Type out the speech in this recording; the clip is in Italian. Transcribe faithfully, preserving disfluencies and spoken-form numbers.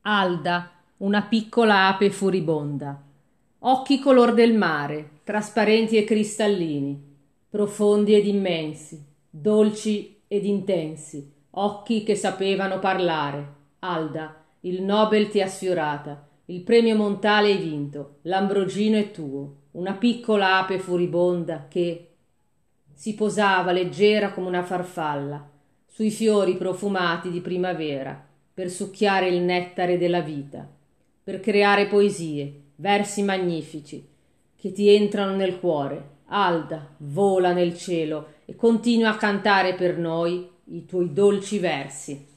Alda, una piccola ape furibonda. Occhi color del mare, trasparenti e cristallini, profondi ed immensi, dolci ed intensi, occhi che sapevano parlare. Alda, il Nobel ti ha sfiorata, il premio Montale hai vinto, l'Ambrogino è tuo, una piccola ape furibonda che si posava leggera come una farfalla sui fiori profumati di primavera per succhiare il nettare della vita, per creare poesie, versi magnifici che ti entrano nel cuore. Alda, vola nel cielo e continua a cantare per noi i tuoi dolci versi.